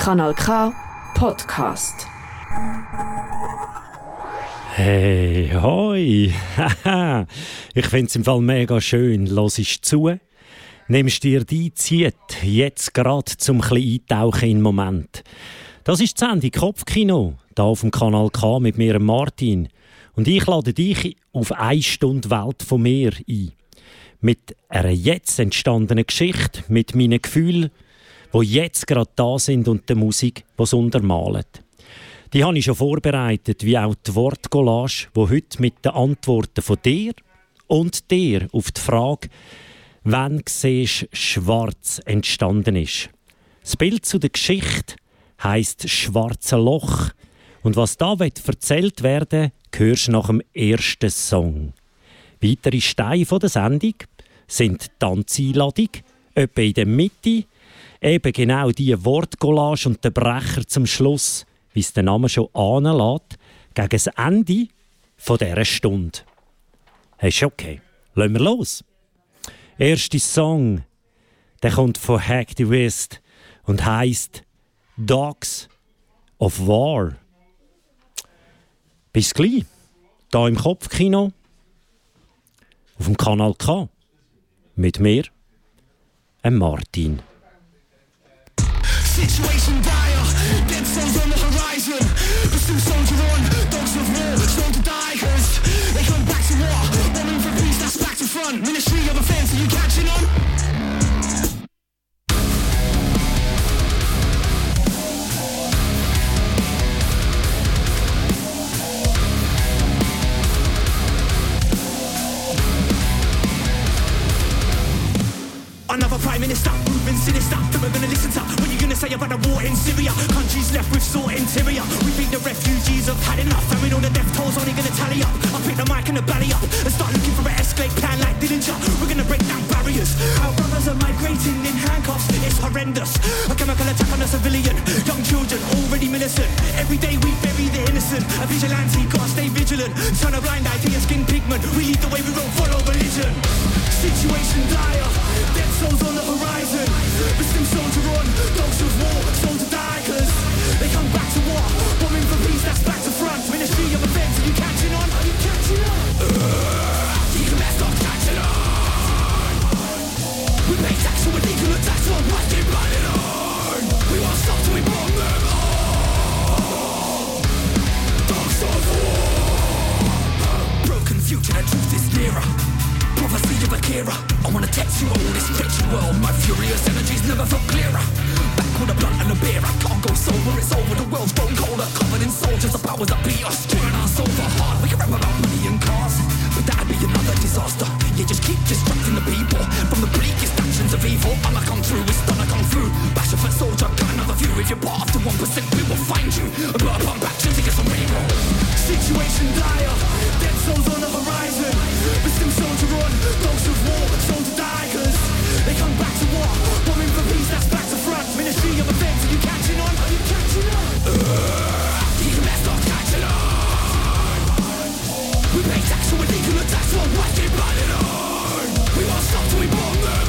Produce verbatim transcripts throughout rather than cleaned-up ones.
Kanal K Podcast. Hey, hoi! Ich finde es im Fall mega schön. Hörst zu? Nimmst dir die Zeit, jetzt gerade zum ein bisschen Eintauchen in den Moment. Das ist die Sendung Kopfkino, hier auf dem Kanal K mit mir, Martin. Und ich lade dich auf eine Stunde Welt von mir ein. Mit einer jetzt entstandenen Geschichte, mit meinen Gefühlen, die jetzt gerade da sind und der Musik, die es untermalt. Die habe ich schon vorbereitet, wie auch die Wortcollage, die heute mit den Antworten von dir und dir auf die Frage «Wann siehst schwarz?» entstanden ist. Das Bild zu der Geschichte heisst «Schwarze Loch». Und was da erzählt werden will, hörst du nach dem ersten Song. Weitere Steine der Sendung sind die Tanzeinladung, etwa in der Mitte, eben genau die Wortcollage und der Brecher zum Schluss, wie es der Name schon anlässt, gegen das Ende dieser Stunde. Hey, ist okay. Lassen wir los. Erster Song, der kommt von Hack the West und heisst «Dogs of War». Bis gleich, hier im Kopfkino, auf dem Kanal K, mit mir, dem Martin. Situation dire, dead souls on the horizon. But still soldier on, dogs of war, sold to die, cause they come back to war. Bombing for peace, that's back to front. Ministry of Offence, are you catching on? Another prime minister, moving sinister. Who we're gonna listen to? What you gonna say about the war in Syria? Countries left with sore interior. We think the refugees have had enough, and we know the death toll's only gonna tally up. I pick the mic and the belly up and start looking for an escape plan like Dillinger. We're gonna break down barriers. Our brothers are migrating in handcuffs. It's horrendous. A chemical attack on a civilian. Young children already millicent. Every day we bury the innocent. A vigilante, gotta stay vigilant. Turn a blind eye to your skin pigment. We lead the way, we won't follow religion. Situation dire, dead souls on the horizon. But still soldier on, dogs of war, sold to die, cause they come back to war. Bombing for peace, that's back to front. Ministry of Offence, are you catching on? Are you catching on? Uh, you best not catching on. We pay tax on illegal attacks, so why keep running on? We won't stop till we bomb them all. Dogs of war. Broken future, the truth is nearer. Prophecy of Akira. I wanna text you all this wretched world. My furious energies never felt clearer. Back with a blunt and a beer. I can't go sober, it's over. The world's grown colder, covered in soldiers. The powers that beat us, killing our soul for hard. We can rap about money and cars, but that'd be another disaster. You just keep distracting the people from the bleakest actions of evil. I'ma come through with stunner kung fu. Bash a foot soldier, got another view. If you're part of the one percent, we will find you. But I pump action to get some reroll. Situation dire, dead souls on the horizon. But still soldier on, dogs of war, sold to die, cause they come back to war. Bombing for peace, that's back to front. Ministry of Offence, are you catching on? Are you catching on? Uh, you best not catching on. We pay tax on illegal attacks, so why keep running on? We won't stop till we bomb them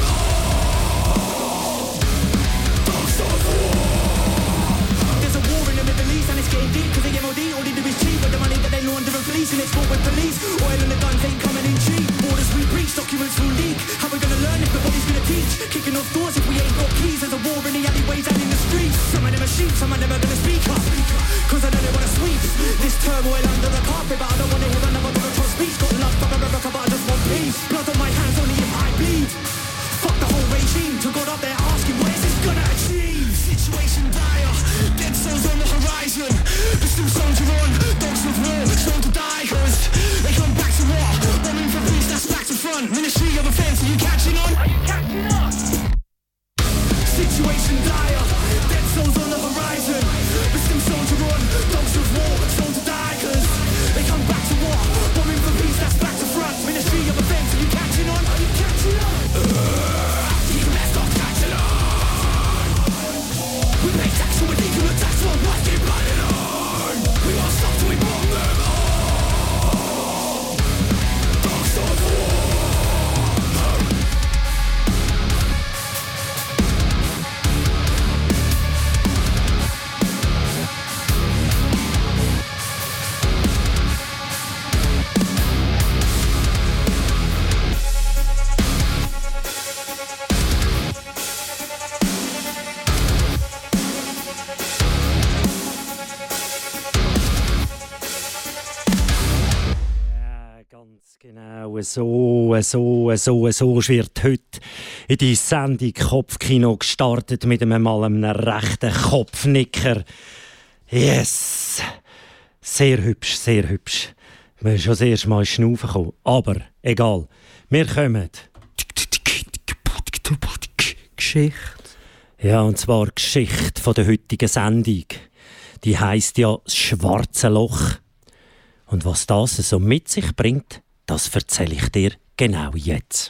all. Dogs of war. There's a war in the Middle East and it's getting deep, cause the M O D all they do is cheat. But the money that they launder and police and it's fought with police. Oil and the guns ain't coming in cheap. Borders we breach, documents will leak. How we gonna learn if nobody's gonna teach? Kicking off doors if we ain't got keys. There's a war in the alleyways and in the streets. Some of them are sheep, some of them are gonna speak up, cause I know they wanna sweep this turmoil under the carpet. But I don't wanna hear another Donald speech. Got love for America but I just want peace. Blood on my hands only if I bleed. Fuck the whole regime. To God up there asking what is this gonna achieve? Situation dire, dead souls on the horizon. But still soldier on, dogs of war, sold to die, cause they come back to war. Bombing for peace, that's back to front. Ministry of Offence, are you catching on? Are you catching on? Situation dire, dead souls on the horizon. But still soldier on, dogs of war, sold to die, cause they come back to war. Bombing for peace, that's back to front. Ministry of Offence, are you catching on? Are you catching on? Uh, you best not catching on. We pay tax on illegal attacks, so why keep running on? We won't stop till we bomb them all. Dogs of war. so, so, so, so wird heute in die Sendung Kopfkino gestartet mit einem mal einem rechten Kopfnicker. Yes! Sehr hübsch, sehr hübsch. Wir sind schon das erste Mal schnaufen gekommen. Aber egal, wir kommen. Geschichte. Ja, und zwar die Geschichte von der heutigen Sendung. Die heisst ja «Das schwarze Loch». Und was das so mit sich bringt, das erzähle ich dir genau jetzt.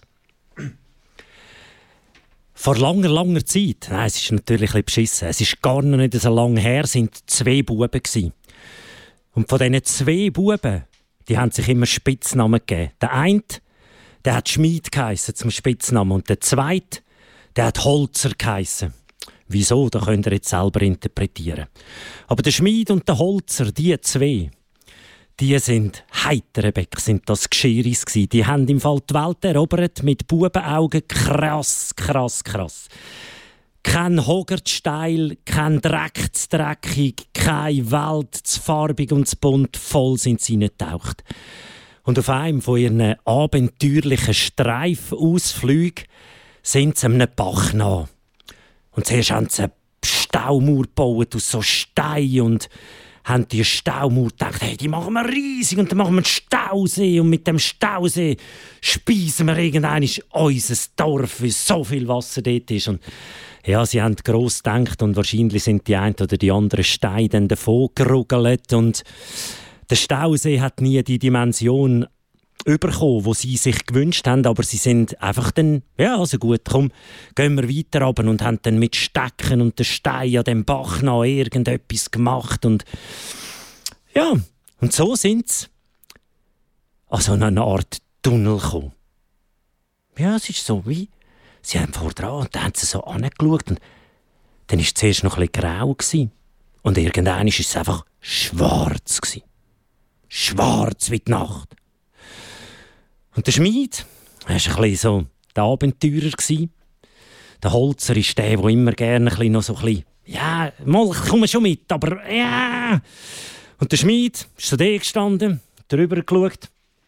Vor langer, langer Zeit, nein, es ist natürlich ein bisschen beschissen, es ist gar noch nicht so lange her, sind zwei Buben gewesen. Und von diesen zwei Buben, die haben sich immer Spitznamen gegeben. Der eine, der hat Schmied geheissen zum Spitznamen, und der zweite, der hat Holzer geheissen. Wieso? Das könnt ihr jetzt selber interpretieren. Aber der Schmied und der Holzer, die zwei, die sind Heiterenbeck, sind das Gescheris gsi. Die haben im Fall die Welt erobert mit Bubenaugen. Krass, krass, krass. Kein Hoggertsteil, kein Dreck zu dreckig, keine Welt zu farbig und zu bunt, voll sind sie nicht getaucht. Und auf einem von ihren abenteuerlichen Streifausflügen sind sie einem Bach nach. Und zuerst haben sie eine Staumauer gebaut aus so Stein und haben die Staumauer gedacht, hey, die machen wir riesig und dann machen wir einen Stausee und mit dem Stausee speisen wir irgendwann unser Dorf, weil so viel Wasser dort ist. Und ja, sie haben gross gedacht und wahrscheinlich sind die einen oder die anderen Steine dann davon gerugelt und der Stausee hat nie die Dimension bekommen, die sie sich gewünscht haben, aber sie sind einfach dann, ja, also gut, komm, gehen wir weiter runter und haben dann mit Stecken und den Steinen an dem Bach noch irgendetwas gemacht und ja, und so sind sie an so eine Art Tunnel gekommen. Ja, es ist so wie, sie haben vor dran und dann haben sie so angeschaut und dann war es zuerst noch ein bisschen grau gewesen. Und irgendwann war es einfach schwarz gewesen. Schwarz wie die Nacht. Und der Schmied, er war ein bisschen so der Abenteurer. Der Holzer ist der, der immer gerne ein bisschen noch so ein bisschen, ja, mal, ich komme schon mit, aber ja. Und der Schmied ist so da gestanden, drüber geschaut.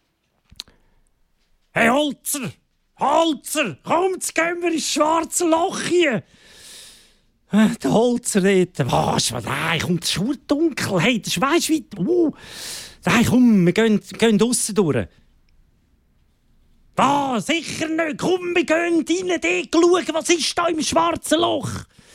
Hey Holzer, Holzer, komm, jetzt gehen wir ins schwarze Loch hier. Der Holzer dort, was, nein, komm, es ist schon dunkel, hey, das ist, weisst du, wie, uh, nein, komm, wir gehen, gehen draussen durch. Ah, sicher nicht. Komm, wir gehen rein, dort schauen, was ist da im schwarzen Loch.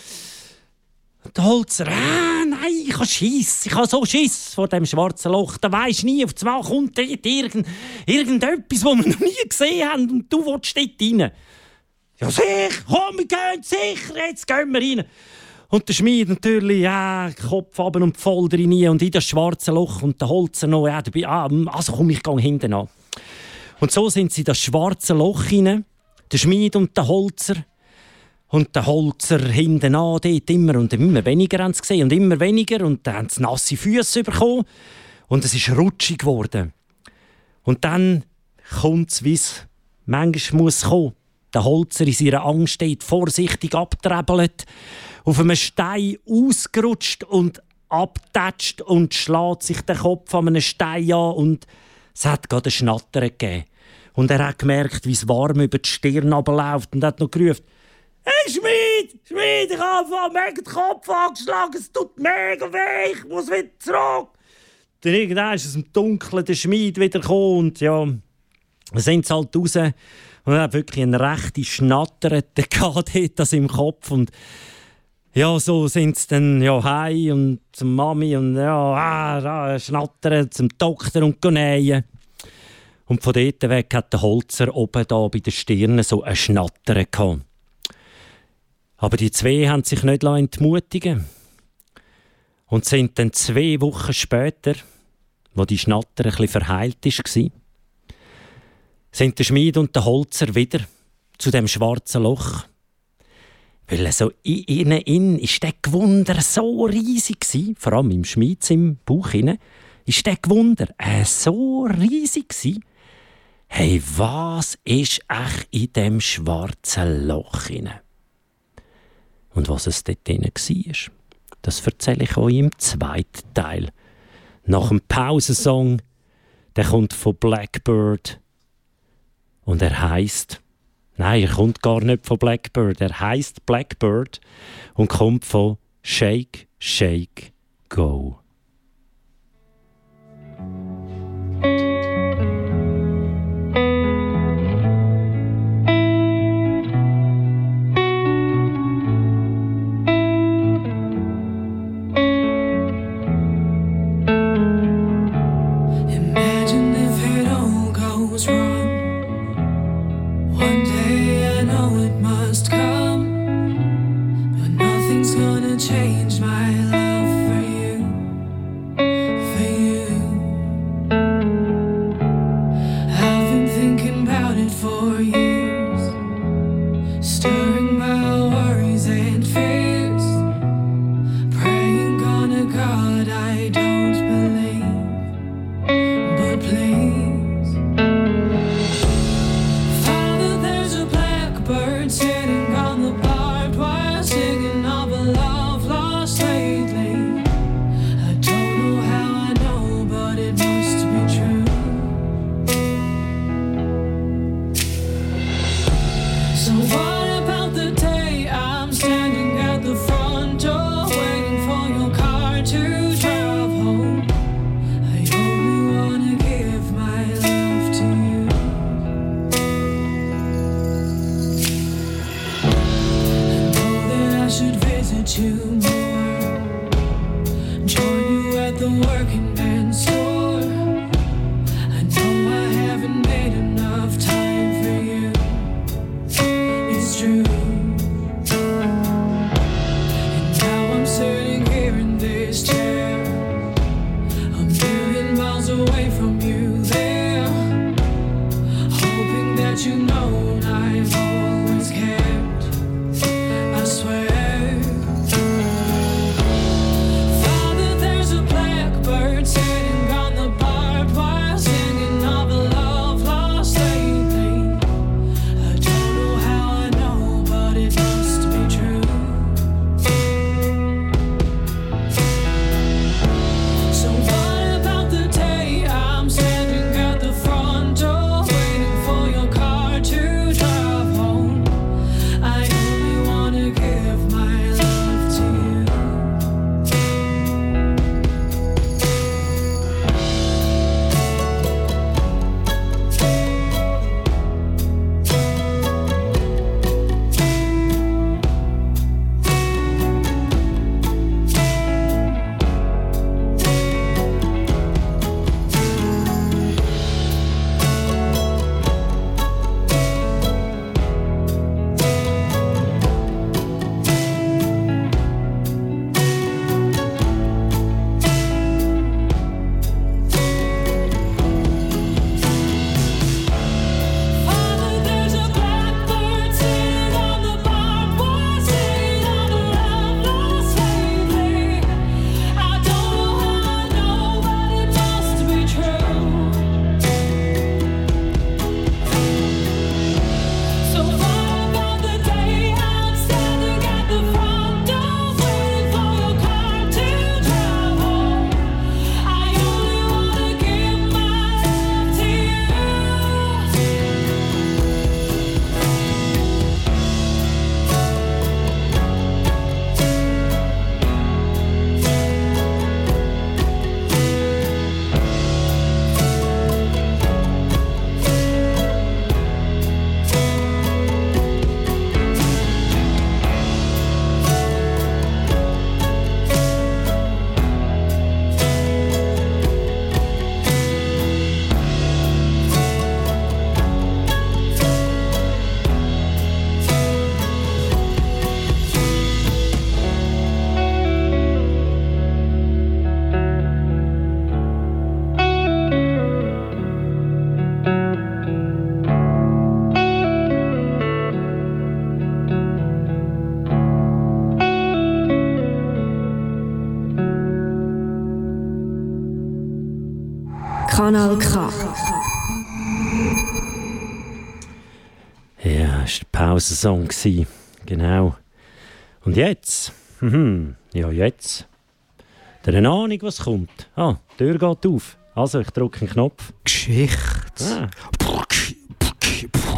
Und der Holzer, ah, nein, ich habe Schiss. Ich habe so Schiss vor dem schwarzen Loch. Da weisst nie, auf einmal kommt dort irgend, irgendetwas, das wir noch nie gesehen haben und du willst dort rein. Ja, sicher, komm, wir gehen sicher, jetzt gehen wir rein. Und der Schmied natürlich, ja, Kopf runter und voll rein und in das schwarze Loch und der Holzer noch, ja, dabei, ah, also komm, ich gehe hinten an. Und so sind sie in das schwarze Loch hinein, der Schmied und der Holzer. Und der Holzer hinten an, dort immer und immer weniger haben sie gesehen und immer weniger. Und dann haben sie nasse Füße bekommen und es ist rutschig geworden. Und dann kommt es, wie es manchmal muss kommen. Der Holzer in seiner Angst steht, vorsichtig abträbelt, auf einem Stein ausgerutscht und abgetatscht und schlägt sich den Kopf an einem Stein an und es hat gerade ein Schnattern gegeben. Und er hat gemerkt, wie es warm über die Stirn runterläuft und hat noch gerufen, «Hey Schmied, Schmied, ich habe mega den Kopf angeschlagen, es tut mega weh, ich muss wieder zurück.» Dann irgendwann ist aus dem Dunkeln der Schmied wieder gekommen und ja, dann sind sie halt raus und er hat wirklich einen rechten Schnattern gehabt dort im Kopf und ja, so sind sie dann ja, heim und zum Mami und ja, ah, schnattern zum Doktor und nähen. Und von dort weg hat der Holzer oben da bei der Stirn so ein Schnattern gehabt. Aber die zwei haben sich nicht entmutigen und sind dann zwei Wochen später, wo die Schnatter ein bisschen verheilt war, sind der Schmied und der Holzer wieder zu dem schwarzen Loch. Weil so in ihnen in ist der Gewunder so riesig gsi, vor allem im Schmied im Bauch inne, ist der Gewunder äh, so riesig gsi. Hey, was ist echt in dem schwarzen Loch inne? Und was es dort drin war, das erzähle ich euch im zweiten Teil. Nach dem Pausensong, der kommt von Blackbird, Und er heisst, nein, er kommt gar nicht von Blackbird, er heisst Blackbird und kommt von Shake, Shake, Go. Change my love for you, for you. I've been thinking about it for years, stirring my worries and fears, praying on a God I don't believe, but please, Father, there's a blackbird sitting on the barbed wire singing of a love lately. I don't know how I know, but it must be true. So what about the day I'm standing at the front door, waiting for your car to drive home? I only wanna give my love to you. I know that I should visit you more, join you at the working man's store. I know I haven't made enough time for you, it's true. And now I'm sitting here in this chair, a million miles away from you there, hoping that you know I've always cared, I swear. Sitting on the barbed wire, singing of a love lost lately. I don't know how I know, but it must be true. So what about the day I'm standing at the front door, waiting for your car to drive home? I only wanna give my love to you. Kanal K. Ja, das war der Pausensong. Genau. Und jetzt? Mhm. Ja, jetzt. Habt ihr eine Ahnung, was kommt? Ah, die Tür geht auf. Also, ich drücke einen Knopf. Geschichte. Ah.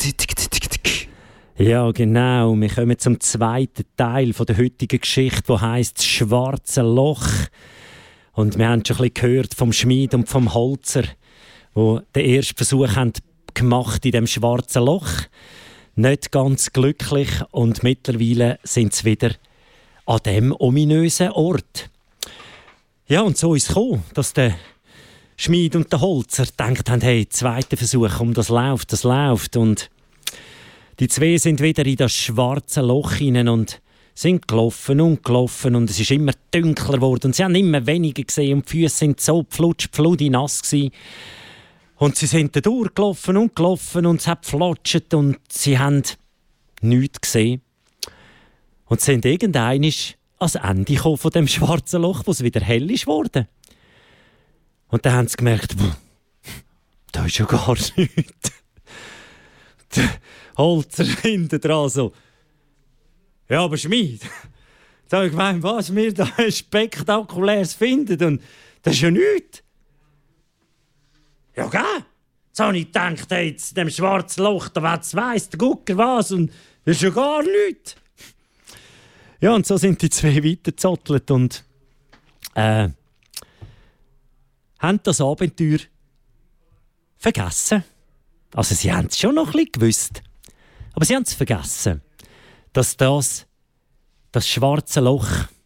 Ja, genau. Wir kommen zum zweiten Teil von der heutigen Geschichte, der heisst «Das schwarze Loch». Und wir haben schon ein bisschen gehört vom Schmied und vom Holzer, die den ersten Versuch haben gemacht in dem schwarzen Loch. Nicht ganz glücklich und mittlerweile sind sie wieder an dem ominösen Ort. Ja, und so ist es gekommen, dass der Schmied und der Holzer gedacht haben, hey, zweiter Versuch, um das läuft, das läuft. Und die zwei sind wieder in das schwarze Loch hinein und sind gelaufen und gelaufen und es ist immer dunkler geworden und sie haben immer weniger gesehen und die Füße sind so pflutsch, pfludi nass gewesen. Und sie sind da durchgelaufen und gelaufen und es hat geflatscht und sie haben nichts gesehen. Und sind irgendwann ans Ende gekommen von dem schwarzen Loch, wo es wieder hell ist geworden. Und dann haben sie gemerkt, da ist ja gar nichts. Der Holzer hinten dran so. Ja, aber Schmied, da habe ich gemeint, was wir da Spektakuläres finden und das ist ja nichts. Ja, gell? Jetzt habe ich gedacht, hey, jetzt in dem schwarzen Loch, da weiss der Gucker was und das ist ja gar nichts. Ja, und so sind die zwei weitergezottelt und äh, haben das Abenteuer vergessen. Also sie haben es schon noch ein bisschen gewusst, aber sie haben es vergessen, dass das, das schwarze Loch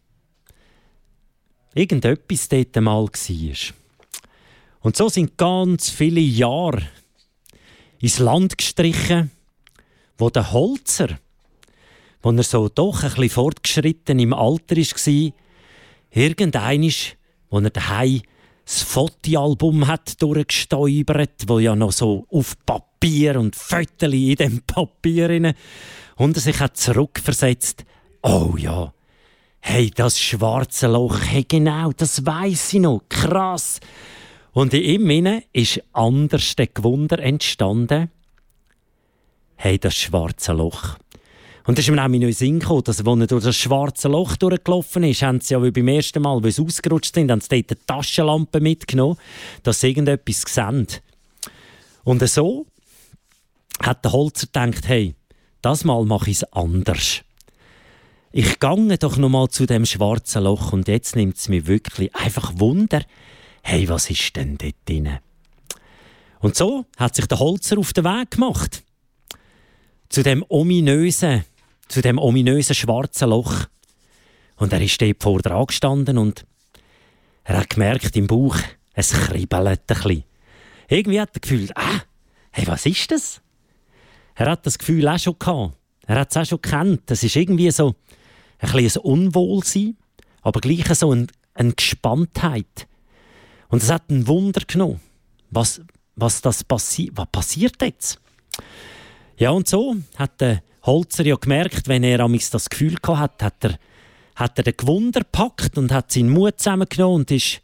irgendetwas dort einmal war. Und so sind ganz viele Jahre ins Land gestrichen, wo der Holzer, wo er so doch ein bisschen fortgeschritten im Alter war, irgendeinmal, wo er daheim das Fotoalbum hat durchgestäubert, wo ja noch so auf Papier und Fötterchen in dem Papier rein, und er sich hat zurückversetzt. Oh ja, hey, das schwarze Loch, hey genau, das weiss ich noch, krass. Und in ihm innen ist anders der Gewunder entstanden. Hey, das schwarze Loch. Und das ist mir auch in den Sinn gekommen, dass, als er durch das schwarze Loch durchgelaufen ist, haben sie ja wie beim ersten Mal, weil sie ausgerutscht sind, haben sie dort eine Taschenlampe mitgenommen, dass sie irgendetwas sehen. Und so hat der Holzer gedacht, hey, das Mal mache ich es anders. Ich gehe doch noch mal zu dem schwarzen Loch und jetzt nimmt es mich wirklich einfach Wunder, hey, was ist denn dort drin? Und so hat sich der Holzer auf den Weg gemacht. Zu dem ominösen, zu dem ominösen schwarzen Loch. Und er ist dort vor dran gestanden und er hat gemerkt im Bauch, es kribbelt ein bisschen. Irgendwie hat er gefühlt, ah, hey, was ist das? Er hat das Gefühl auch schon gehabt. Er hat es auch schon gekannt. Das ist irgendwie so ein bisschen ein Unwohlsein, aber gleich so eine, eine Gespanntheit. Und es hat ein Wunder genommen. Was, was, das passi- was passiert jetzt? Ja, und so hat der Holzer ja gemerkt, wenn er amigs das Gefühl hatte, hat er, hat er den Gewunder gepackt und hat seinen Mut zusammengenommen und ist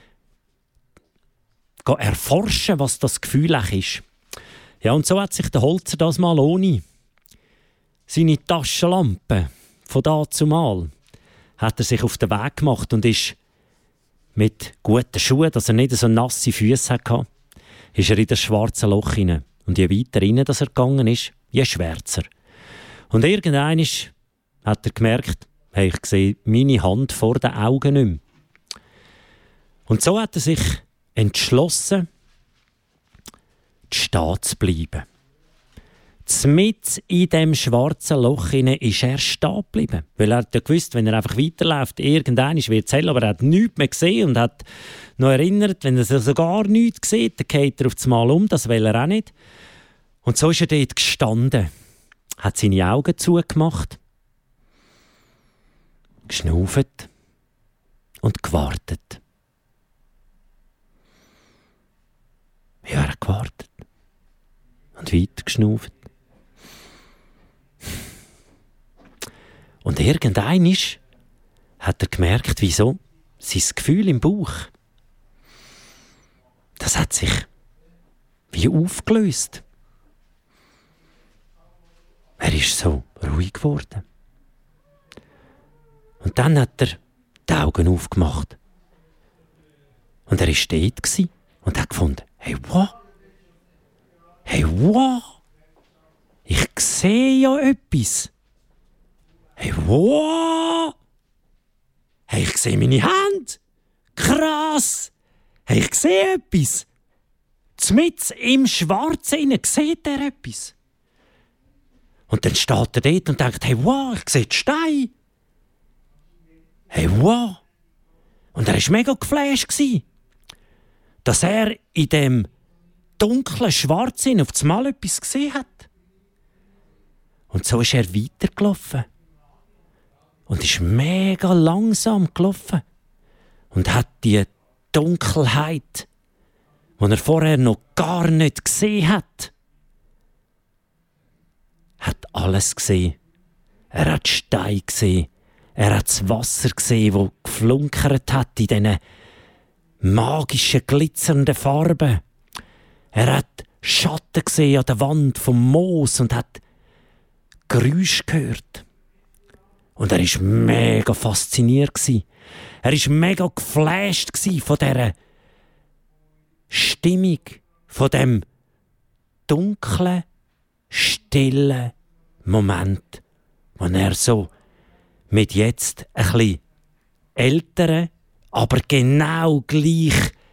erforschen, was das Gefühl ist. Ja, und so hat sich der Holzer das mal ohne seine Taschenlampe von da zu mal hat er sich auf den Weg gemacht und ist mit guten Schuhen, dass er nicht so nasse Füße hatte, ist er in das schwarze Loch hinein. Und je weiter rein dass er gegangen ist, je schwärzer. Und irgendwann hat er gemerkt, hey, ich sehe meine Hand vor den Augen nicht mehr. Und so hat er sich entschlossen, stehen zu bleiben. Mitten in dem schwarzen Loch ist er stehen geblieben. Weil er ja gewusst, wenn er einfach weiterläuft, irgendwann wird es hell, aber er hat nichts mehr gesehen und hat noch erinnert, wenn er so gar nichts sieht, dann geht er auf das Mal um, das will er auch nicht. Und so ist er dort gestanden, hat seine Augen zugemacht, geschnauft und gewartet. Ja, er hat gewartet und weiter geschnauft. Und irgendwann hat er gemerkt, wieso sein Gefühl im Bauch, das hat sich wie aufgelöst. Er ist so ruhig geworden. Und dann hat er die Augen aufgemacht. Und er war dort und hat gefunden, hey, wow, hey, wow, ich sehe ja etwas. Hey, wow! Hey, ich sehe meine Hand. Krass! Hey, ich sehe etwas. Zmitz im Schwarzen innen sieht er etwas. Und dann steht er dort und denkt, hey, wow, ich sehe den Stein. Hey, wow! Und er war mega geflasht, dass er in dem dunklen Schwarzen auf einmal etwas gesehen hat. Und so ist er weitergelaufen. Und ist mega langsam gelaufen. Und hat die Dunkelheit, die er vorher noch gar nicht gesehen hat, hat alles gesehen. Er hat Steine gesehen. Er hat das Wasser gesehen, das geflunkert hat in diesen magischen, glitzernden Farben. Er hat Schatten gesehen an der Wand vom Moos und hat Geräusche gehört. Und er war mega fasziniert. Er war mega geflasht von dieser Stimmung, von dem dunklen, stillen Moment, wo er so mit jetzt ein bisschen älteren, aber genau gleich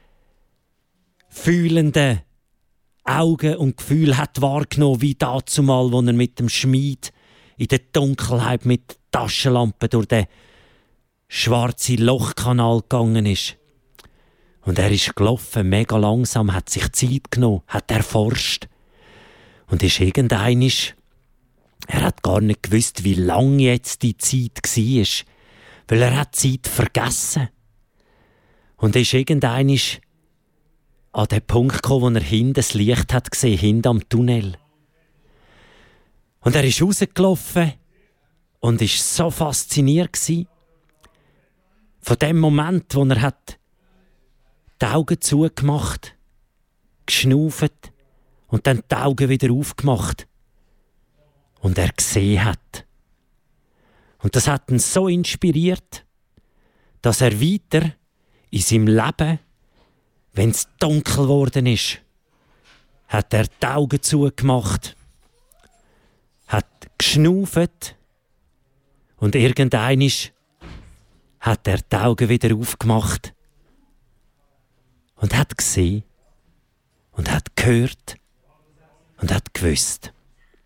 fühlenden Augen und Gefühl hat wahrgenommen wie dazumal, wo er mit dem Schmied in der Dunkelheit mit der Taschenlampe durch den schwarzen Lochkanal gegangen ist. Und er ist gelaufen, mega langsam, hat sich Zeit genommen, hat erforscht. Und ist irgendeinisch, er hat gar nicht gewusst, wie lang jetzt die Zeit war, weil er hat die Zeit vergessen. Und ist irgendeinisch an den Punkt gekommen, wo er hinten das Licht hat gesehen, hinten am Tunnel. Und er ist rausgelaufen und war so fasziniert von dem Moment, wo er hat die Augen zugemacht, geschnauft und dann die Augen wieder aufgemacht und er gesehen hat. Und das hat ihn so inspiriert, dass er weiter in seinem Leben, wenn es dunkel geworden ist, hat er die Augen zugemacht, hat geschnauft und irgendeinisch hat er die Augen wieder aufgemacht und hat gesehen und hat gehört und hat gewusst.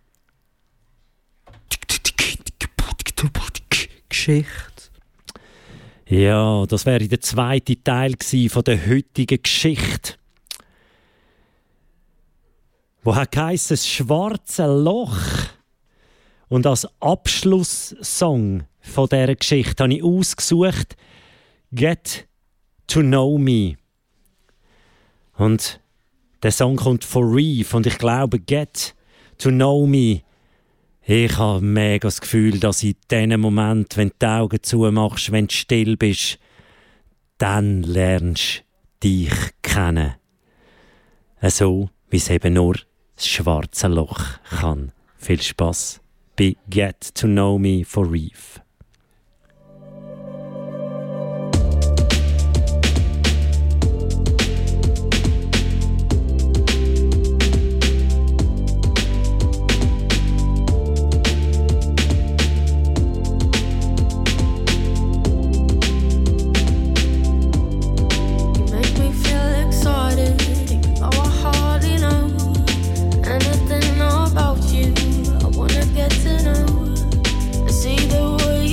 Geschichte. Ja, das wäre der zweite Teil von der heutigen Geschichte. Wo hat geheißen, das schwarze Loch. Und als Abschlusssong von dieser Geschichte habe ich ausgesucht «Get to Know Me». Und der Song kommt von Reeve und ich glaube «Get to Know Me». Ich habe mega das Gefühl, dass in diesem Moment, wenn du die Augen zumachst, wenn du still bist, dann lernst du dich kennen. So, wie es eben nur das schwarze Loch kann. Viel Spass bei «Get to Know Me» von Reeve. Get to know. I see the way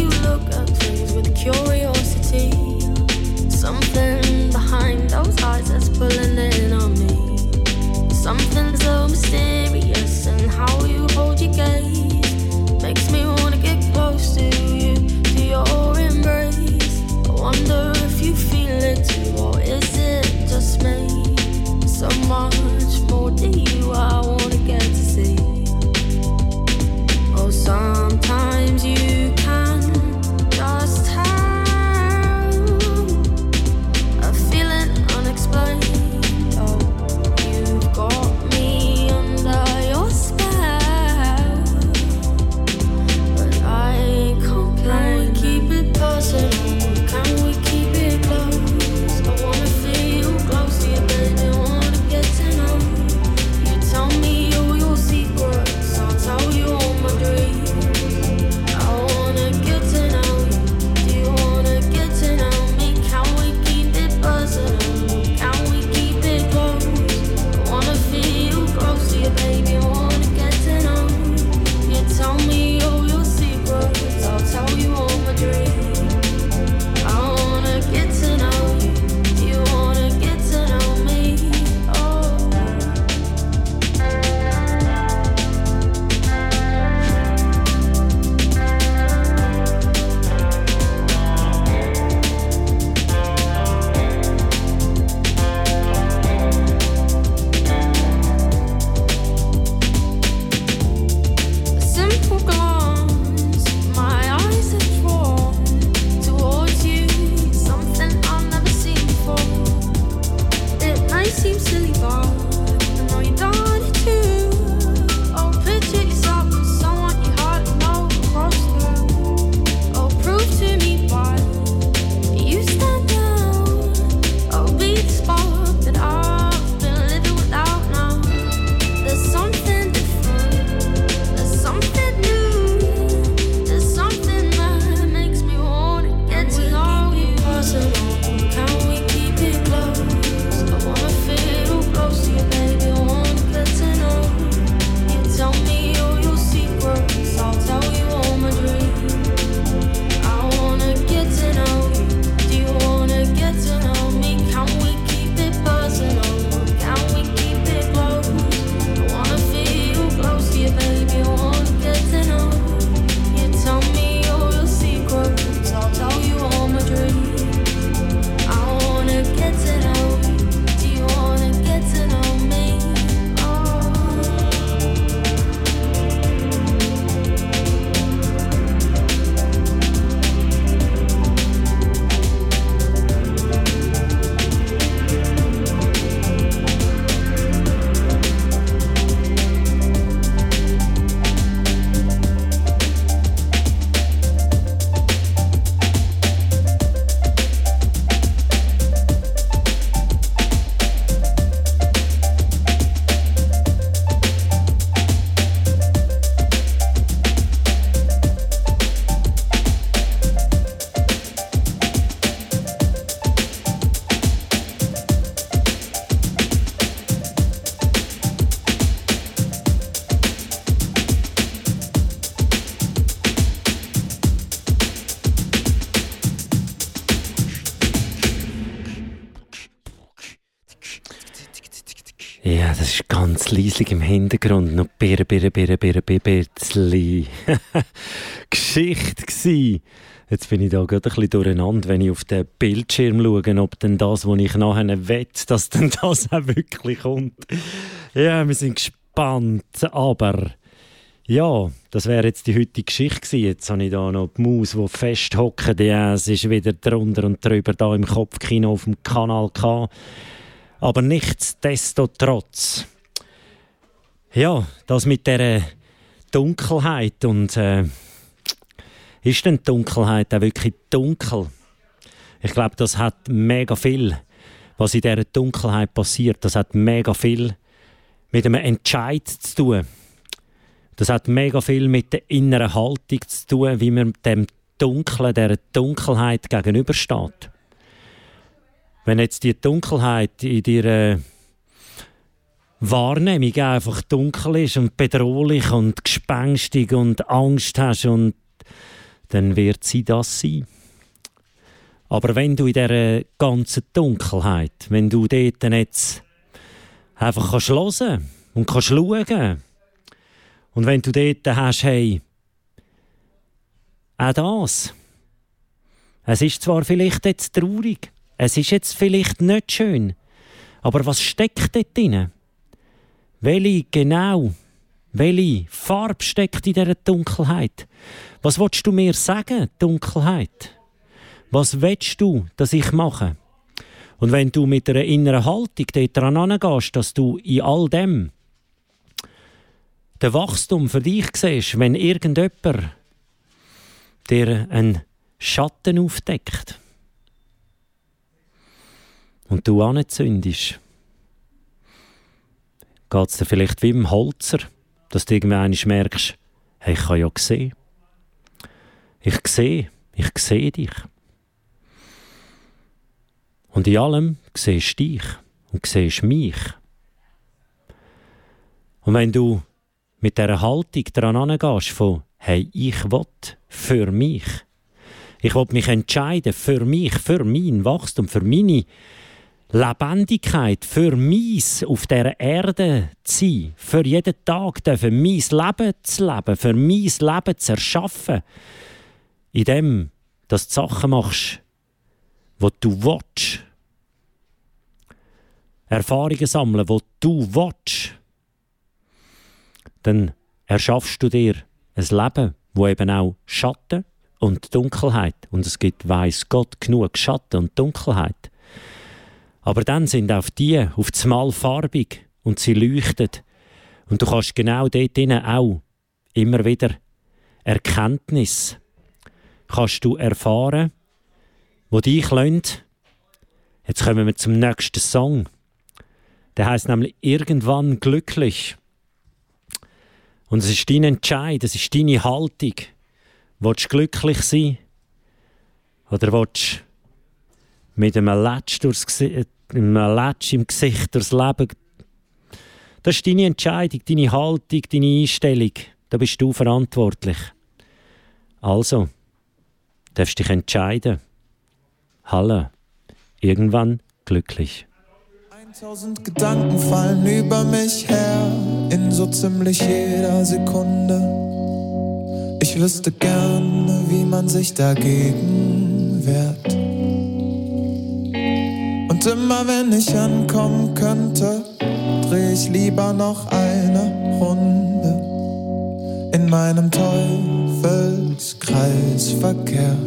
das ist ganz leislich im Hintergrund. Noch birre, birre, birre, birre, birre, birre, Geschichte gsi. Jetzt bin ich da gerade ein bisschen durcheinander, wenn ich auf den Bildschirm schaue, ob denn das, was ich nachher wette, dass denn das auch wirklich kommt. Ja, wir sind gespannt, aber ja, das wäre jetzt die heutige Geschichte gewesen. Jetzt habe ich da noch die Maus, die festhockt. Ja, es ist wieder drunter und drüber da im Kopfkino auf dem Kanal K. Aber nichtsdestotrotz, ja, das mit dieser Dunkelheit und äh, ist denn die Dunkelheit auch wirklich dunkel? Ich glaube, das hat mega viel, was in dieser Dunkelheit passiert. Das hat mega viel mit einem Entscheid zu tun. Das hat mega viel mit der inneren Haltung zu tun, wie man dem Dunklen, dieser Dunkelheit gegenübersteht. Wenn jetzt die Dunkelheit in deiner Wahrnehmung einfach dunkel ist und bedrohlich und gespenstig und Angst hast, und dann wird sie das sein. Aber wenn du in dieser ganzen Dunkelheit, wenn du dort jetzt einfach kannst hören und kannst schauen, und wenn du dort hast, hey, auch das, es ist zwar vielleicht jetzt traurig, es ist jetzt vielleicht nicht schön, aber was steckt dort drin? Welche genau, welche Farbe steckt in dieser Dunkelheit? Was willst du mir sagen, Dunkelheit? Was willst du, dass ich mache? Und wenn du mit einer inneren Haltung dort dran angehst, dass du in all dem den Wachstum für dich siehst, wenn irgendjemand dir einen Schatten aufdeckt und du anzündest, geht es dir vielleicht wie im Holzer, dass du irgendwann merkst, hey, ich kann ja sehen. Ich sehe, ich sehe dich. Und in allem siehst du dich und siehst mich. Und wenn du mit dieser Haltung daran angehst, von «Hey, ich will für mich. Ich will mich entscheiden für mich, für mein Wachstum, für meine Lebendigkeit, für meins auf dieser Erde zu sein, für jeden Tag dürfen mein Leben zu leben, für mein Leben zu erschaffen, indem dass du Sachen machst, die du willst. Erfahrungen sammeln, die du willst. Dann erschaffst du dir ein Leben, wo eben auch Schatten und Dunkelheit, und es gibt, weiss Gott, genug Schatten und Dunkelheit. Aber dann sind auch die auf das Mal farbig und sie leuchten. Und du kannst genau dort drinnen auch immer wieder Erkenntnis kannst du erfahren, wo dich lönt. Jetzt kommen wir zum nächsten Song. Der heisst nämlich «Irgendwann glücklich». Und es ist dein Entscheid, es ist deine Haltung. Willst du glücklich sein? Oder willst du mit einem Lätsch, durchs Gesicht, einem Lätsch im Gesicht durchs Leben? Das ist deine Entscheidung, deine Haltung, deine Einstellung. Da bist du verantwortlich. Also, darfst dich entscheiden. Halle, irgendwann glücklich. Tausend Gedanken fallen über mich her, in so ziemlich jeder Sekunde. Ich wüsste gerne, wie man sich dagegen wehrt. Und immer wenn ich ankommen könnte, dreh ich lieber noch eine Runde in meinem Teufelskreis verkehrt.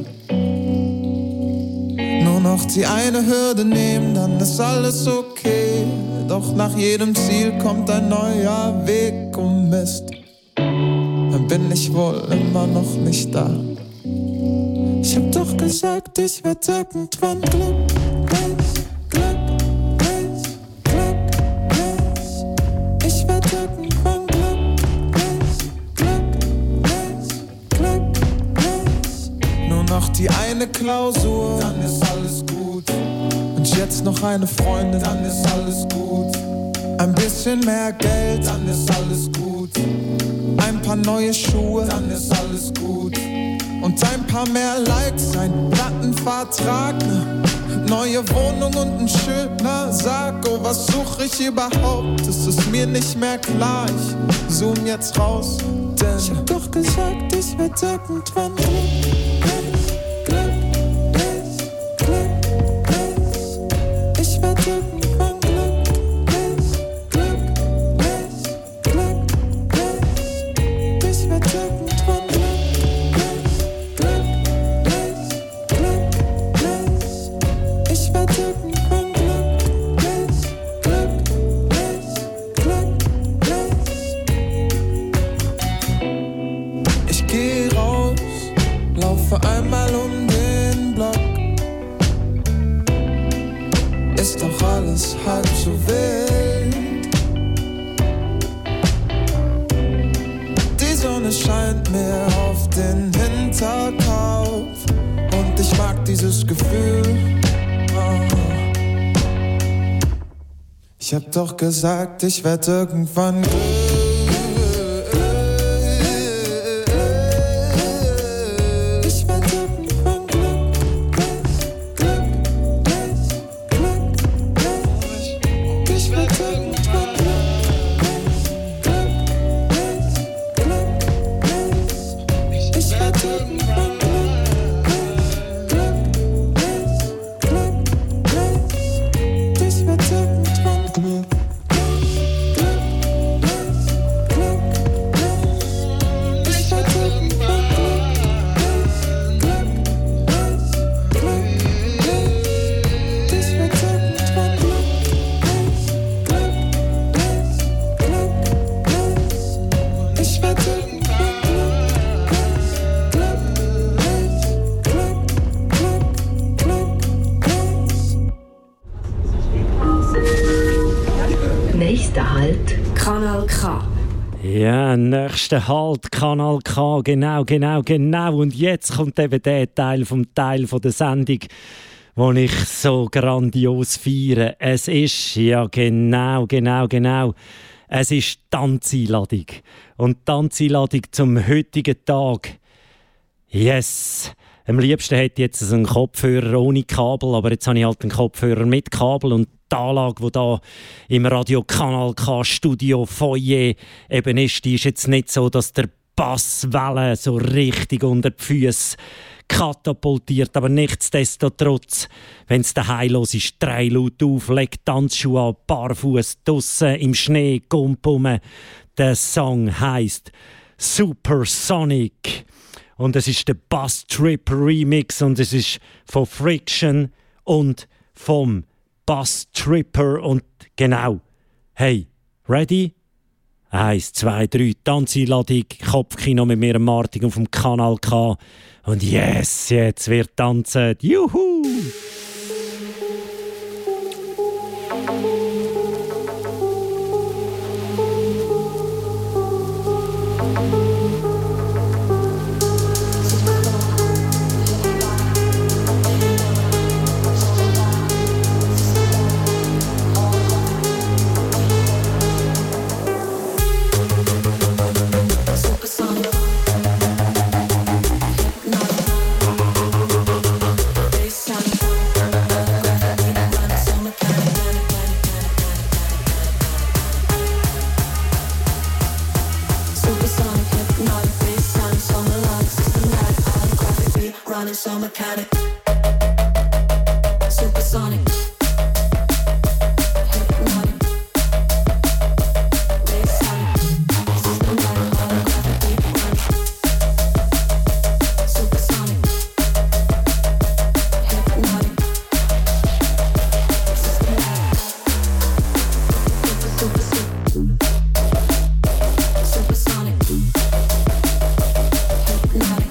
Nur noch die eine Hürde nehmen, dann ist alles okay. Doch nach jedem Ziel kommt ein neuer Weg, oh Mist. Dann bin ich wohl immer noch nicht da. Ich hab doch gesagt, ich werd irgendwann glücklich, glücklich, glücklich. Ich werd irgendwann glücklich, glücklich, glücklich. Nur noch die eine Klausur, dann ist alles gut. Und jetzt noch eine Freundin, dann ist alles gut. Ein bisschen mehr Geld, dann ist alles gut. Ein paar neue Schuhe, dann ist alles gut. Und ein paar mehr Likes, ein Plattenvertrag, ne, Neue Wohnung und ein schöner Sarg. Oh, was such ich überhaupt? Es ist mir nicht mehr klar. Ich zoom jetzt raus, denn ich hab doch gesagt, ich werd irgendwann glücklich, glücklich, glücklich. Ich werd irgendwann glücklich, glücklich, glücklich. Ich werd irgendwann glücklich, glücklich, glücklich. Ich werd irgendwann glücklich, glücklich, glücklich. Ich geh raus, laufe einmal um den Block. Ist doch alles halb so wild. Die Sonne scheint mir auf den Hinterkopf und ich mag dieses Gefühl. Ich hab doch gesagt, ich werd irgendwann glücklich. Ich werd irgendwann glücklich, glücklich, glücklich. Ich werd irgendwann glücklich, glücklich, glücklich. Ich werd irgendwann glücklich, glücklich, glücklich. Ich werd irgendwann glücklich. Nächster Halt, Kanal K. Ja, nächster Halt, Kanal K, genau, genau, genau. Und jetzt kommt eben der Teil vom Teil von der Sendung, den ich so grandios feiere. Es ist, ja genau, genau, genau, es ist die Tanzeinladung. Und die Tanzeinladung zum heutigen Tag, yes! Am liebsten hätte ich jetzt einen Kopfhörer ohne Kabel, aber jetzt habe ich halt einen Kopfhörer mit Kabel und die Anlage, die da im Radio Kanal K Studio Foyer eben ist, die ist jetzt nicht so, dass der Basswelle so richtig unter die Füße katapultiert. Aber nichtsdestotrotz, wenn es daheim los ist, drei laut auf, leg Tanzschuhe an, barfuß draussen im Schnee, Gumpumme. Der Song heisst Supersonic. Und es ist der Bass Trip Remix und es ist von Friction und vom Bass Tripper. Und genau, hey, ready? Eins, zwei, drei, Tanzeinladung, Kopfkino mit mir, Martin auf dem Kanal K. Und yes, jetzt wird tanzen. Juhu! So mechanic, supersonic, hypnotic, bassonic, systematic, holographic, deep running, supersonic, hypnotic, systematic, super, super, supersonic, hypnotic.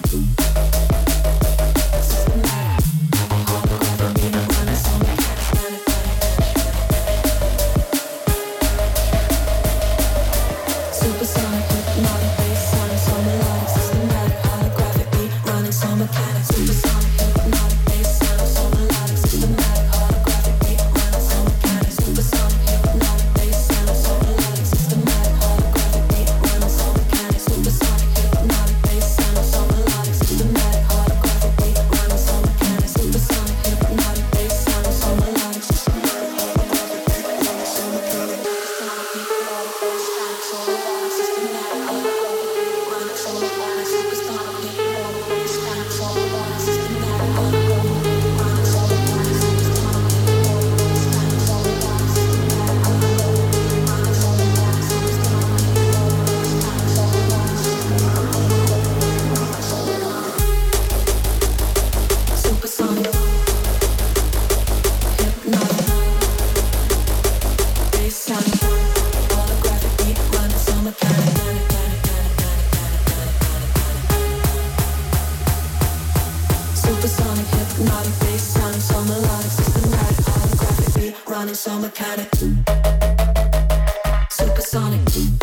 hypnotic bass sound, so melodic, systematic, holographic beat, running so mechanic, supersonic.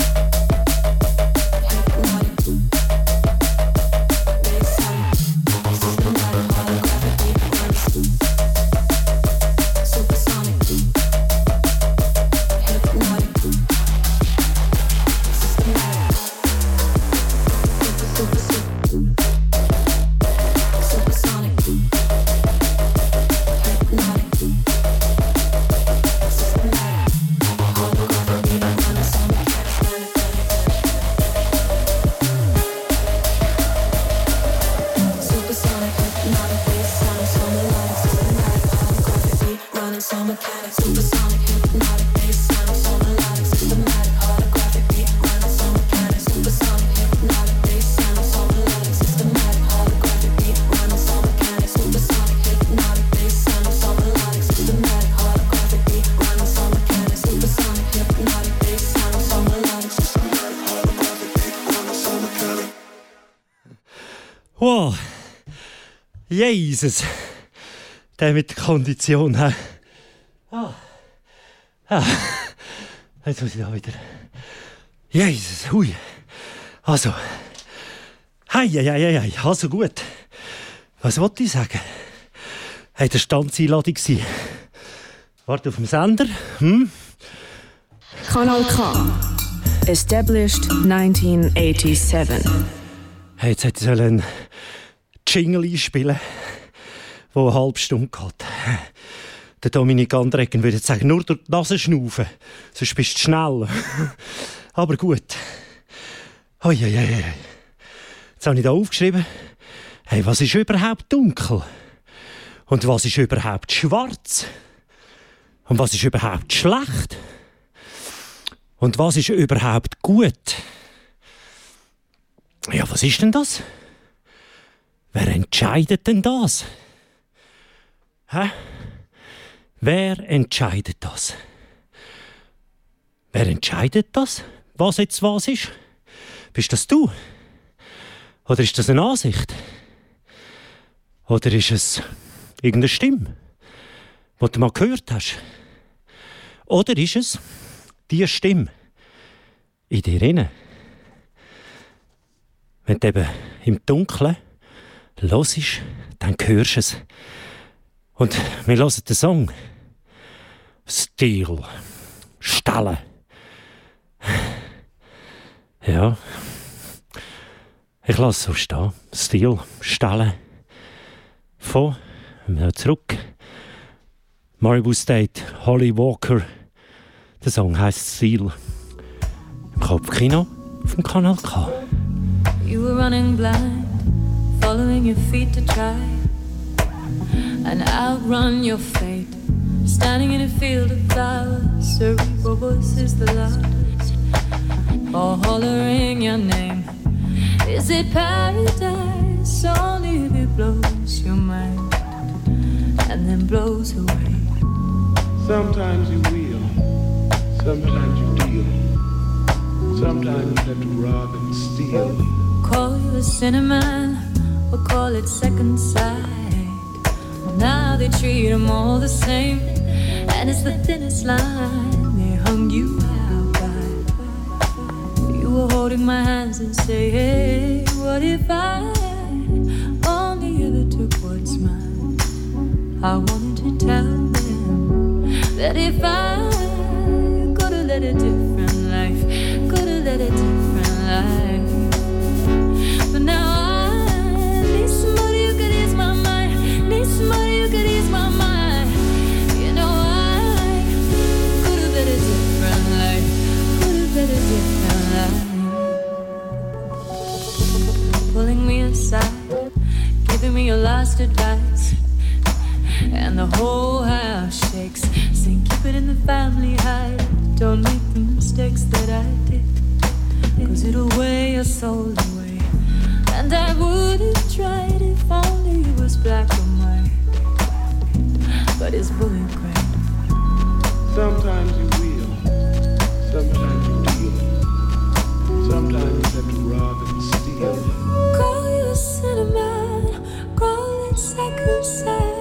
Wow, Jesus, der mit der Kondition. He? Ah. Ah. Jetzt muss ich da wieder. Jesus, hui. Also, hei, hei, hei, hei. Also gut. Was wollte ich sagen? Hey, das war Tanzeinladung. Warte auf dem Sender. Hm? Kanal K. Established nineteen eighty-seven. Hey, jetzt hätte ich einen Jingle einspielen, der eine halbe Stunde geht. Der Dominik Andrecken würde jetzt sagen, nur durch die Nase schnaufen, sonst bist du schnell. Aber gut. Hoi, hoi, hoi. Jetzt habe ich da aufgeschrieben, hey, was ist überhaupt dunkel? Und was ist überhaupt schwarz? Und was ist überhaupt schlecht? Und was ist überhaupt gut? Ja, was ist denn das? Wer entscheidet denn das? Hä? Wer entscheidet das? Wer entscheidet das? Was jetzt was ist? Bist das du? Oder ist das eine Ansicht? Oder ist es irgendeine Stimme, die du mal gehört hast? Oder ist es die Stimme in dir inne? Wenn du eben im Dunkeln hörst, dann hörst du es. Und wir hören den Song. Stil. Stelle. Ja. Ich lasse es so stehen. Stil. Stelle. Von, wir zurück. Maribu State, Holly Walker. Der Song heisst Stil. Im Kopfkino vom Kanal K. You were running blind, following your feet to try and outrun your fate. Standing in a field of flowers, cerebral voices the loudest, all hollering your name. Is it paradise? Only if it blows your mind and then blows away. Sometimes you wheel, sometimes you deal, sometimes you have to rob and steal. Call you a cinnamon or call it second sight. Now they treat them all the same, and it's the thinnest line they hung you out by. You were holding my hands and say, hey, what if I only ever took what's mine? I wanted to tell them that if I could have led a different life, could have led a different life. But now I need somebody who could ease my mind, need somebody who could ease my mind. You know I could have led a different life, could have led a different life. Pulling me aside, giving me your last advice, and the whole house shakes, saying keep it in the family hide. Don't make the mistakes that I did, 'cause it'll weigh your soul away. And I would have tried if only it was black or white, but it's bullet gray. Sometimes you wheel, sometimes you deal, sometimes you have to rob and steal. Call you a cinnamon, call it second sight.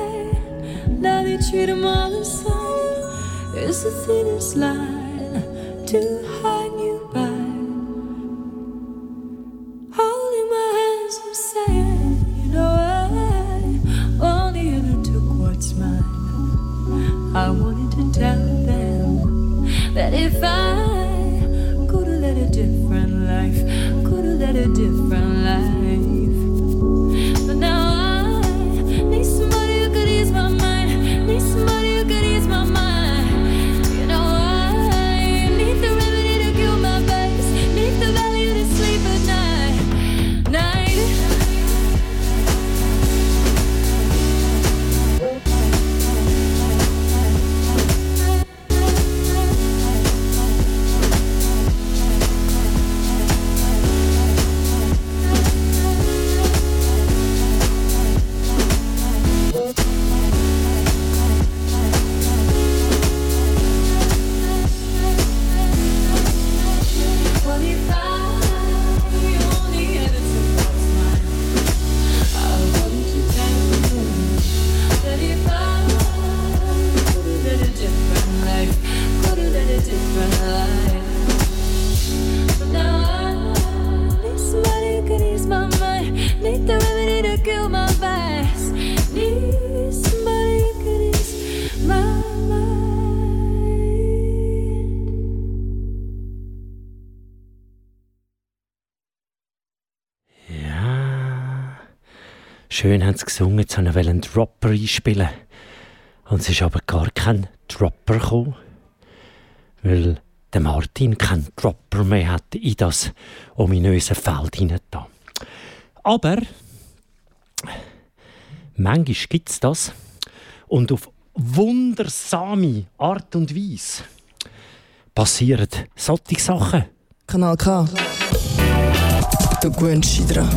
It's the thinnest line to hang you by. Holding my hands and saying, you know I only ever took what's mine. I wanted to tell them that if I could have led a different life, could have led a different life. But now I need somebody who could ease my mind, need somebody who could ease my mind. You know I need the remedy to cure my base, need the value to sleep at night, night. Schön haben sie gesungen, jetzt wollen sie einen Dropper einspielen. Und es ist aber gar kein Dropper gekommen, weil der Martin keinen Dropper mehr hat in das ominöse Feld hineingetan. Aber manchmal gibt es das und auf wundersame Art und Weise passieren solche Sachen. Kanal K. Du gewöhnst dich dran.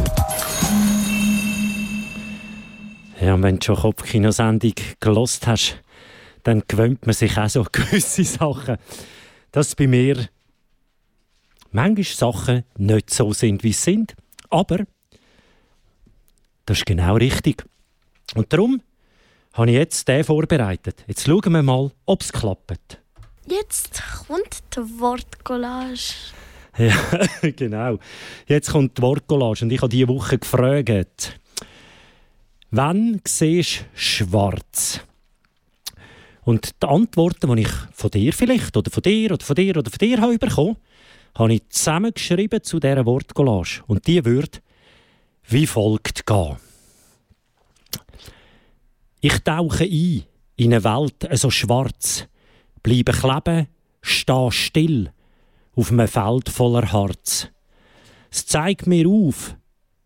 Ja, und wenn du schon Kopfkinosendung gehört hast, dann gewöhnt man sich auch so gewisse Sachen. Dass bei mir manchmal Sachen nicht so sind, wie sie sind. Aber das ist genau richtig. Und darum habe ich jetzt den vorbereitet. Jetzt schauen wir mal, ob es klappt. Jetzt kommt die Wortcollage. Ja, genau. Jetzt kommt die Wortcollage. Und ich habe diese Woche gefragt, wann siehst du schwarz? Und die Antworten, die ich von dir vielleicht, oder von dir, oder von dir, oder von dir habe bekommen, habe ich zusammengeschrieben zu dieser Wortcollage. Und die würde wie folgt gehen. Ich tauche ein in eine Welt so schwarz, bleibe kleben, stehe still auf einem Feld voller Harz. Es zeigt mir auf,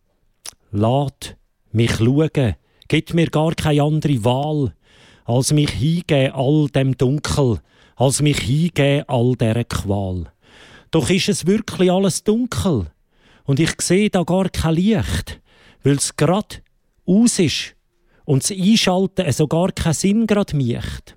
lässt mich schauen, gibt mir gar keine andere Wahl, als mich hingeben all dem Dunkel, als mich hingeben all dieser Qual. Doch ist es wirklich alles dunkel und ich sehe da gar kein Licht, weil es grad aus ist und das Einschalten so gar keinen Sinn grad macht.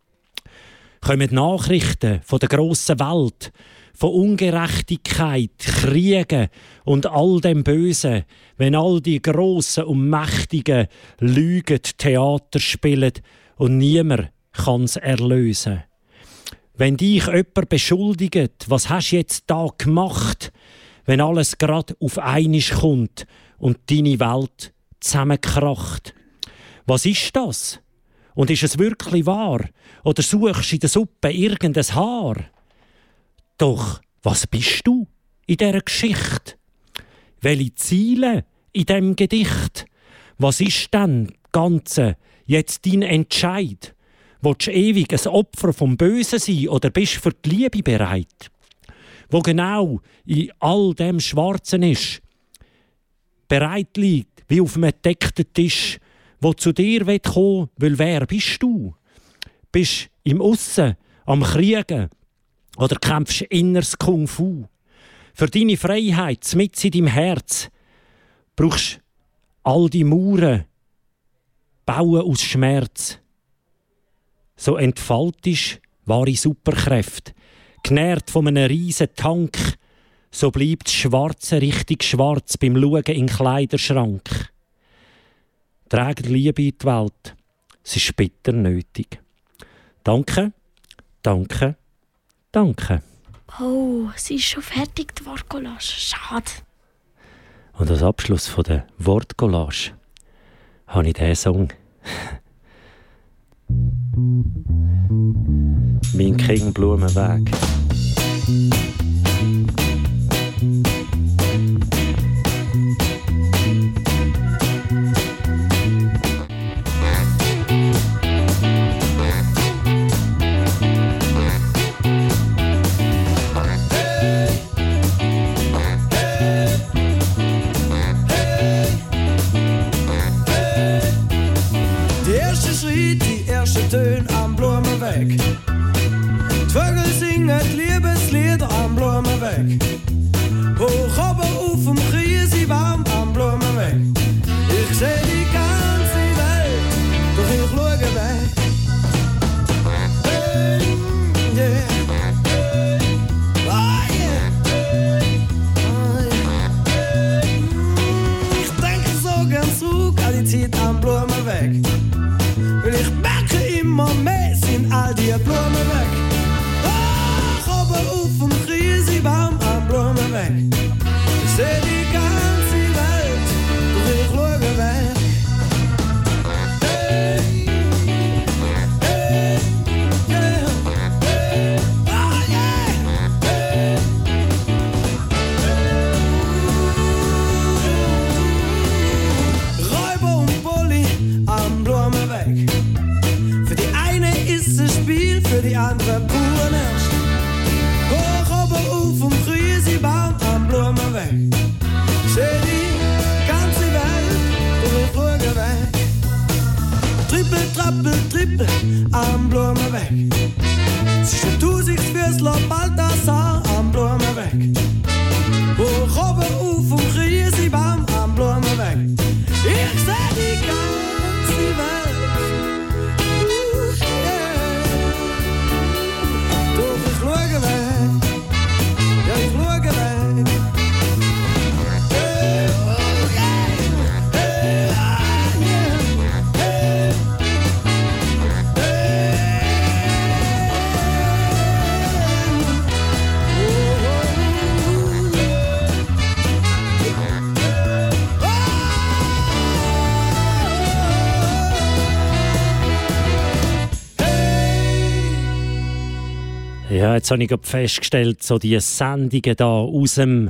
Kommen Nachrichten von der grossen Welt, von Ungerechtigkeit, Kriegen und all dem Bösen, wenn all die Grossen und Mächtigen Lügen, Theater spielen und niemand kann es erlösen. Wenn dich jemand beschuldigt, was hast du jetzt da gemacht, wenn alles grad auf einmal kommt und deine Welt zusammenkracht? Was ist das? Und ist es wirklich wahr? Oder suchst du in der Suppe irgendein Haar? Doch, was bist du in dieser Geschichte? Welche Ziele in diesem Gedicht? Was ist denn, Ganze, jetzt dein Entscheid? Willst du ewig ein Opfer vom Bösen sein oder bist du für die Liebe bereit? Wo genau in all dem Schwarzen ist, bereit liegt, wie auf einem gedeckten Tisch, wo zu dir kommen will, weil wer bist du? Bist du im Aussen am Kriegen oder kämpfst inneres Kung Fu? Für deine Freiheit, mit in deinem Herz, brauchst du all die Mauern, bauen aus Schmerz. So entfaltest wahre Superkräfte, genährt von einem riesen Tank, so bleibt das Schwarze richtig schwarz beim Schauen in den Kleiderschrank. Trägt Liebe in die Welt, es ist bitter nötig. Danke, Danke, danke. Oh, sie ist schon fertig, die Wortcollage. Schade. Und als Abschluss von der Wortcollage habe ich diesen Song. Mein King Blumenweg. Die ersten Töne am Blumenweg. Die Vögel singen Liebeslieder am Blumenweg. Hoch oben auf dem Kiesi warm am Blumenweg. Ich seh die ganze Welt, doch ich schaue weg. Hey, yeah. Oh, yeah. Oh, yeah. Ich denke so gern zurück an die Zeit am Blumenweg. Und ich merke immer mehr, sind all die Blumen weg. Ach, oben auf dem Riesenbaum am Blumenweg. Ich seh die ganze Welt, doch ich schaue weg. Hey, hey, yeah, hey, oh yeah, hey, hey. Räuber und Bulli am Blumenweg. Für die eine ist es Spiel, für die andere pur Ernst. Hoch oben auf dem Riesenbaum am Blumenweg. Seh die ganze Welt, doch ich schaue weg. Trippel, trappel, trippel am Blumenweg. Zwischen tausend Füßler Balthasar am Blumenweg. Hoch oben auf dem Riesenbaum am Blumenweg. Ich seh die ganze Welt. Ja, jetzt habe ich gerade festgestellt, so die Sendungen da aus dem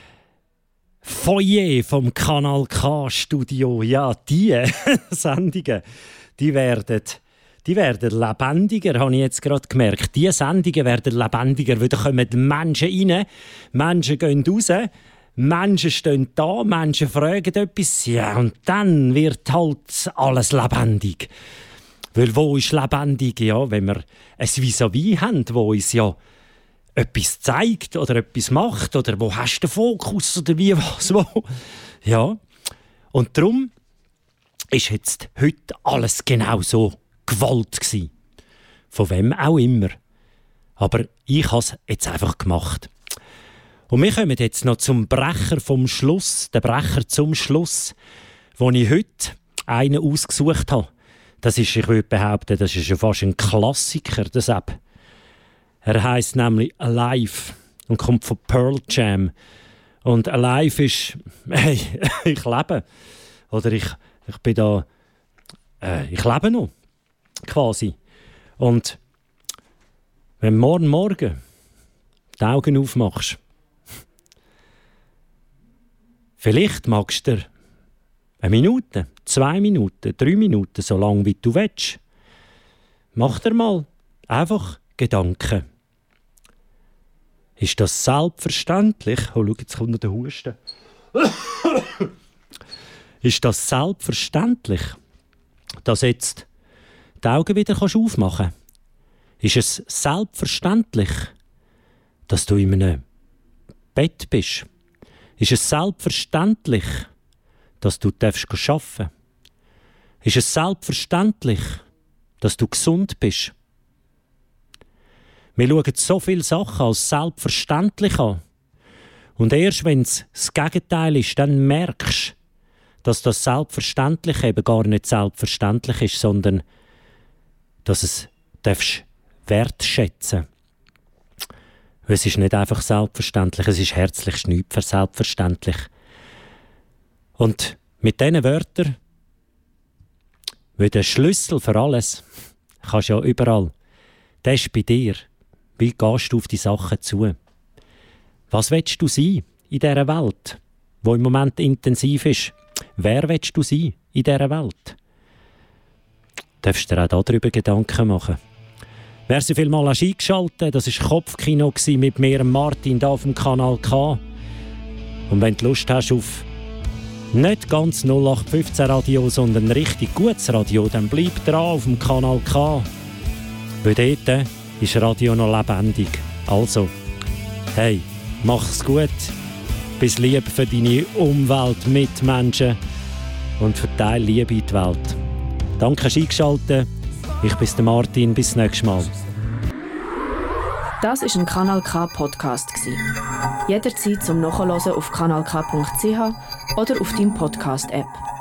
Foyer vom Kanal K-Studio, ja, die Sendungen, die werden, die werden lebendiger, habe ich jetzt gerade gemerkt. Die Sendungen werden lebendiger, weil da kommen Menschen rein, Menschen gehen raus, Menschen stehen da, Menschen fragen etwas, ja, und dann wird halt alles lebendig. Weil wo ist lebendig, ja, wenn wir ein Vis-à-vis haben, wo uns ja etwas zeigt oder etwas macht oder wo hast du den Fokus oder wie, was, wo. Ja, und darum ist jetzt heute alles genau so gewollt gewesen. Von wem auch immer. Aber ich habe es jetzt einfach gemacht. Und wir kommen jetzt noch zum Brecher vom Schluss, der Brecher zum Schluss, wo ich heute einen ausgesucht habe. Das ist, ich würde behaupten, das ist ja fast ein Klassiker, das App. Er heisst nämlich Alive und kommt von Pearl Jam. Und Alive ist, hey, ich lebe. Oder ich, ich bin da, äh, ich lebe noch, quasi. Und wenn du morgen Morgen die Augen aufmachst, vielleicht magst du dir eine Minute, zwei Minuten, drei Minuten, so lange wie du willst. Mach dir mal einfach Gedanken. Ist das selbstverständlich? Oh, schau, jetzt kommt noch der Husten. Ist das selbstverständlich, dass jetzt die Augen wieder aufmachen kannst? Ist es selbstverständlich, dass du in einem Bett bist? Ist es selbstverständlich, dass du arbeiten darfst? Ist es selbstverständlich, dass du gesund bist? Wir schauen so viele Sachen als selbstverständlich an. Und erst wenn es das Gegenteil ist, dann merkst du, dass das Selbstverständliche eben gar nicht selbstverständlich ist, sondern dass es darfst wertschätzen. Es ist nicht einfach selbstverständlich, es ist herzlichst nicht für selbstverständlich. Und mit diesen Wörtern, weil der Schlüssel für alles, kannst du ja überall, der ist bei dir. Wie gehst du auf die Sachen zu? Was willst du sein in dieser Welt, die im Moment intensiv ist? Wer willst du sein in dieser Welt? Darfst du dir auch darüber Gedanken machen. Merci vielmals, hast du eingeschaltet. Das war Kopfkino mit mir, Martin, hier auf dem Kanal K. Und wenn du Lust hast auf nicht ganz null acht fünfzehn Radio, sondern ein richtig gutes Radio, dann bleib dran auf dem Kanal K. Weil dort ist Radio noch lebendig. Also, hey, mach's gut. Bis lieb für deine Umwelt, Mitmenschen und verteile Liebe in die Welt. Danke, dass du eingeschaltet. Ich bin der Martin. Bis nächstes Mal. Das war ein Kanal K Podcast. Jederzeit zum Nachhören auf kanal k punkt c h oder auf deinem Podcast-App.